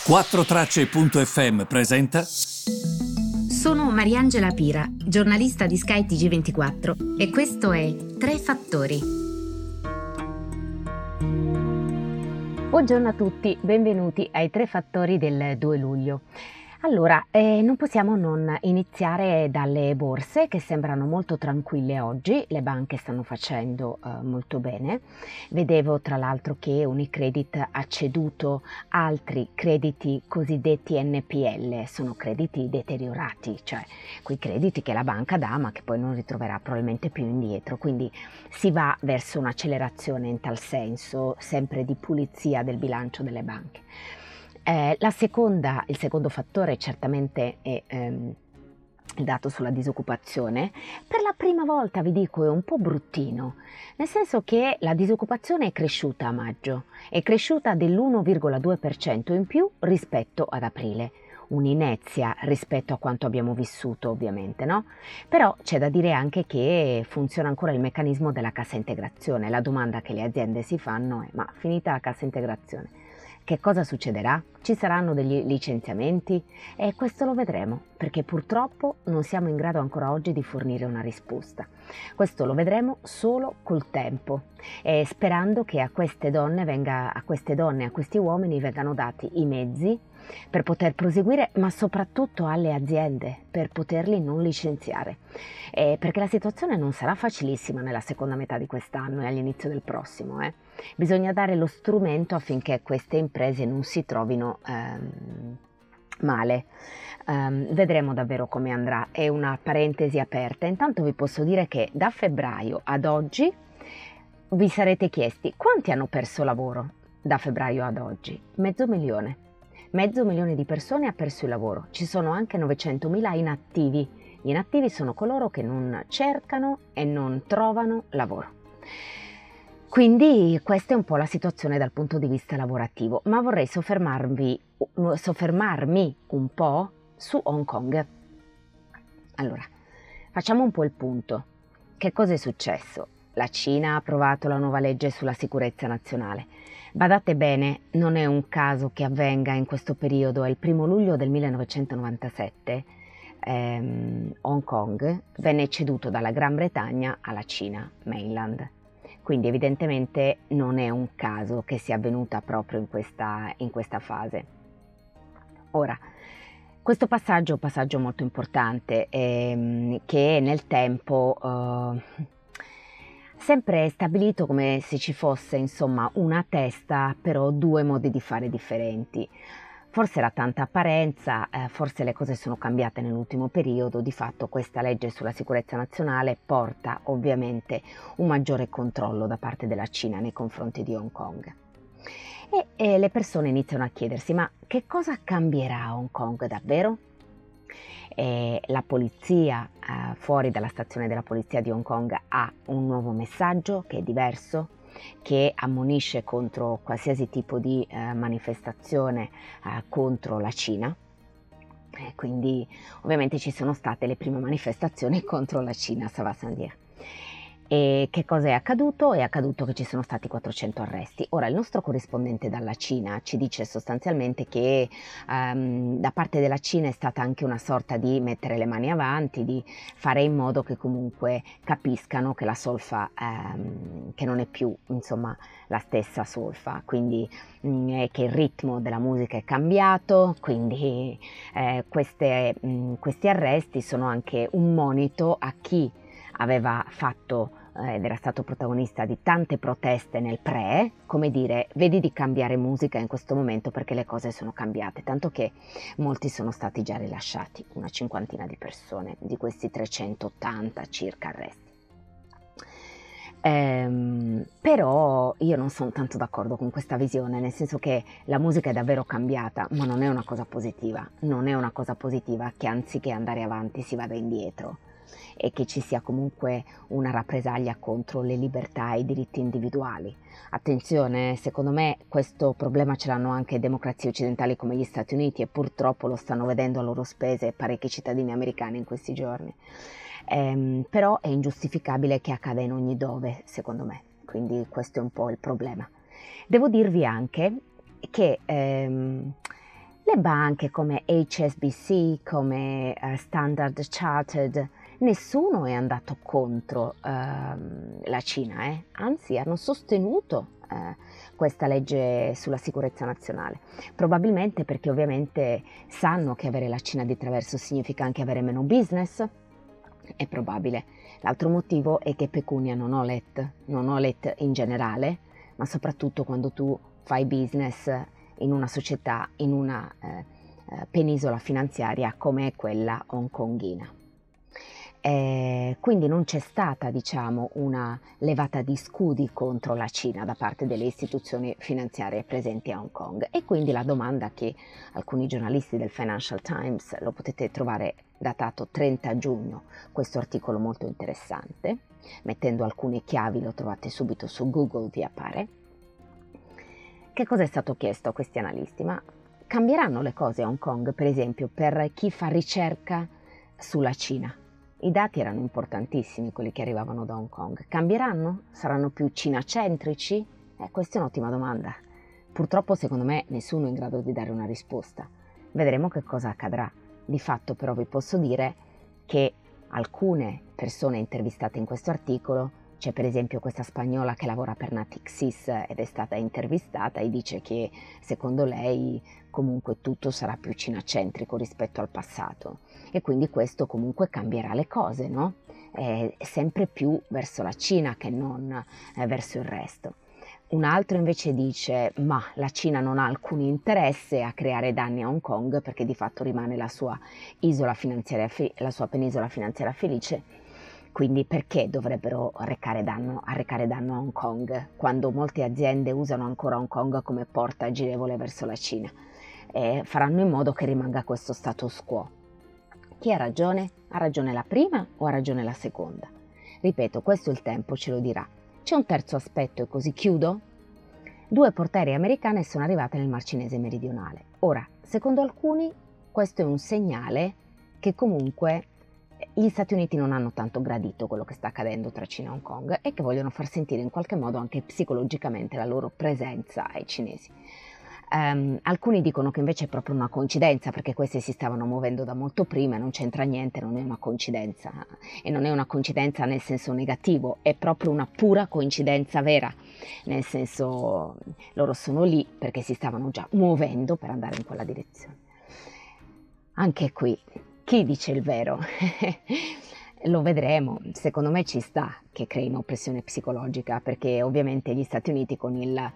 4Tracce.fm presenta. Sono Mariangela Pira, giornalista di Sky TG24 e questo è Tre Fattori. Buongiorno a tutti, benvenuti ai Tre Fattori del 2 luglio. Allora, non possiamo non iniziare dalle borse che sembrano molto tranquille oggi, le banche stanno facendo molto bene. Vedevo tra l'altro che Unicredit ha ceduto altri crediti cosiddetti NPL, sono crediti deteriorati, cioè quei crediti che la banca dà ma che poi non ritroverà probabilmente più indietro, quindi si va verso un'accelerazione in tal senso, sempre di pulizia del bilancio delle banche. Il secondo fattore certamente è il dato sulla disoccupazione. Per la prima volta, vi dico, è un po' bruttino, nel senso che la disoccupazione è cresciuta a maggio, è cresciuta dell'1,2% in più rispetto ad aprile. Un'inezia rispetto a quanto abbiamo vissuto, ovviamente, no? Però c'è da dire anche che funziona ancora il meccanismo della cassa integrazione. La domanda che le aziende si fanno è: ma finita la cassa integrazione, che cosa succederà? Ci saranno degli licenziamenti? E questo lo vedremo, perché purtroppo non siamo in grado ancora oggi di fornire una risposta. Questo lo vedremo solo col tempo, sperando che a queste donne, a questi uomini vengano dati i mezzi per poter proseguire, ma soprattutto alle aziende per poterli non licenziare, perché la situazione non sarà facilissima nella seconda metà di quest'anno e all'inizio del prossimo. Bisogna dare lo strumento affinché queste imprese non si trovino male. Vedremo davvero come andrà, è una parentesi aperta. Intanto vi posso dire che da febbraio ad oggi vi sarete chiesti quanti hanno perso lavoro da febbraio ad oggi. Mezzo milione di persone ha perso il lavoro, ci sono anche 900.000 inattivi. Gli inattivi sono coloro che non cercano e non trovano lavoro. Quindi questa è un po' la situazione dal punto di vista lavorativo, ma vorrei soffermarmi un po' su Hong Kong. Allora, facciamo un po' il punto. Che cosa è successo? La Cina ha approvato la nuova legge sulla sicurezza nazionale. Badate bene, non è un caso che avvenga in questo periodo. È il 1 luglio del 1997. Hong Kong venne ceduto dalla Gran Bretagna alla Cina mainland. Quindi evidentemente non è un caso che sia avvenuta proprio in questa fase. Ora, questo passaggio è un passaggio molto importante che nel tempo sempre è stabilito come se ci fosse insomma una testa, però due modi di fare differenti. Forse era tanta apparenza, forse le cose sono cambiate nell'ultimo periodo. Di fatto questa legge sulla sicurezza nazionale porta ovviamente un maggiore controllo da parte della Cina nei confronti di Hong Kong. E le persone iniziano a chiedersi: ma che cosa cambierà a Hong Kong davvero? La polizia fuori dalla stazione della polizia di Hong Kong ha un nuovo messaggio che è diverso, che ammonisce contro qualsiasi tipo di manifestazione contro la Cina. Quindi ovviamente ci sono state le prime manifestazioni contro la Cina, ça va sans dire. E che cosa è accaduto? È accaduto che ci sono stati 400 arresti. Ora, il nostro corrispondente dalla Cina ci dice sostanzialmente che da parte della Cina è stata anche una sorta di mettere le mani avanti, di fare in modo che comunque capiscano che la solfa, che non è più insomma la stessa solfa, quindi che il ritmo della musica è cambiato, quindi questi arresti sono anche un monito a chi aveva fatto ed era stato protagonista di tante proteste nel come dire, vedi di cambiare musica in questo momento perché le cose sono cambiate, tanto che molti sono stati già rilasciati, una cinquantina di persone di questi 380 circa arresti. Però io non sono tanto d'accordo con questa visione, nel senso che la musica è davvero cambiata, ma non è una cosa positiva, che anziché andare avanti si vada indietro e che ci sia comunque una rappresaglia contro le libertà e i diritti individuali. Attenzione, secondo me questo problema ce l'hanno anche democrazie occidentali come gli Stati Uniti e purtroppo lo stanno vedendo a loro spese parecchi cittadini americani in questi giorni. Però è ingiustificabile che accada in ogni dove, secondo me, quindi questo è un po' il problema. Devo dirvi anche che Le banche come HSBC, come Standard Chartered, nessuno è andato contro la Cina, anzi hanno sostenuto questa legge sulla sicurezza nazionale, probabilmente perché ovviamente sanno che avere la Cina di traverso significa anche avere meno business, è probabile. L'altro motivo è che pecunia non ho let in generale, ma soprattutto quando tu fai business in una società, in una penisola finanziaria come è quella hongkonghina. Quindi non c'è stata, diciamo, una levata di scudi contro la Cina da parte delle istituzioni finanziarie presenti a Hong Kong, e quindi la domanda che alcuni giornalisti del Financial Times, lo potete trovare datato 30 giugno, questo articolo molto interessante, mettendo alcune chiavi, lo trovate subito su Google, vi appare. Che cosa è stato chiesto a questi analisti? Ma cambieranno le cose a Hong Kong, per esempio, per chi fa ricerca sulla Cina? I dati erano importantissimi, quelli che arrivavano da Hong Kong. Cambieranno? Saranno più cinacentrici? Questa è un'ottima domanda. Purtroppo, secondo me, nessuno è in grado di dare una risposta. Vedremo che cosa accadrà. Di fatto, però, vi posso dire che alcune persone intervistate in questo articolo, c'è per esempio questa spagnola che lavora per Natixis ed è stata intervistata e dice che secondo lei comunque tutto sarà più cinacentrico rispetto al passato, e quindi questo comunque cambierà le cose, no? Sempre più verso la Cina che non verso il resto. Un altro invece dice ma la Cina non ha alcun interesse a creare danni a Hong Kong perché di fatto rimane la sua isola finanziaria, la sua penisola finanziaria felice, quindi perché dovrebbero arrecare danno a Hong Kong quando molte aziende usano ancora Hong Kong come porta girevole verso la Cina? Faranno in modo che rimanga questo status quo. Chi ha ragione? Ha ragione la prima o ha ragione la seconda? Ripeto, questo il tempo ce lo dirà. C'è un terzo aspetto e così chiudo. 2 portaerei americane sono arrivate nel Mar Cinese meridionale. Ora, secondo alcuni, questo è un segnale che comunque gli Stati Uniti non hanno tanto gradito quello che sta accadendo tra Cina e Hong Kong e che vogliono far sentire in qualche modo anche psicologicamente la loro presenza ai cinesi. Alcuni dicono che invece è proprio una coincidenza perché questi si stavano muovendo da molto prima e non c'entra niente, non è una coincidenza, e non è una coincidenza nel senso negativo, è proprio una pura coincidenza vera, nel senso loro sono lì perché si stavano già muovendo per andare in quella direzione. Anche qui, chi dice il vero? Lo vedremo, secondo me ci sta che creino pressione psicologica perché ovviamente gli Stati Uniti con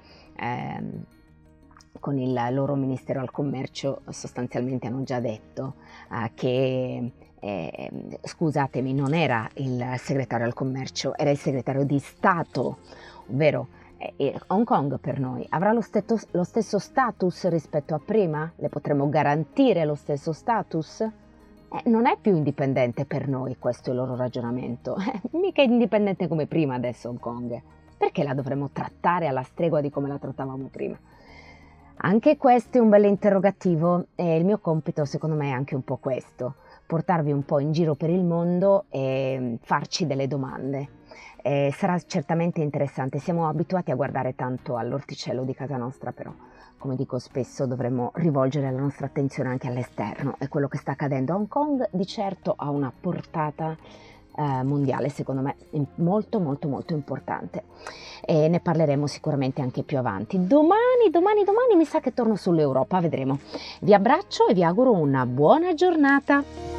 il loro Ministero al Commercio sostanzialmente hanno già detto che, scusatemi, non era il segretario al commercio, era il segretario di Stato, ovvero Hong Kong per noi avrà lo stesso status rispetto a prima? Le potremo garantire lo stesso status? Non è più indipendente per noi, questo è il loro ragionamento. Mica è indipendente come prima adesso Hong Kong. Perché la dovremmo trattare alla stregua di come la trattavamo prima? Anche questo è un bel interrogativo e il mio compito secondo me è anche un po' questo, portarvi un po' in giro per il mondo e farci delle domande. Sarà certamente interessante, siamo abituati a guardare tanto all'orticello di casa nostra, però come dico spesso dovremmo rivolgere la nostra attenzione anche all'esterno e quello che sta accadendo a Hong Kong di certo ha una portata mondiale, secondo me molto molto molto importante, e ne parleremo sicuramente anche più avanti. Domani mi sa che torno sull'Europa, vedremo. Vi abbraccio e vi auguro una buona giornata.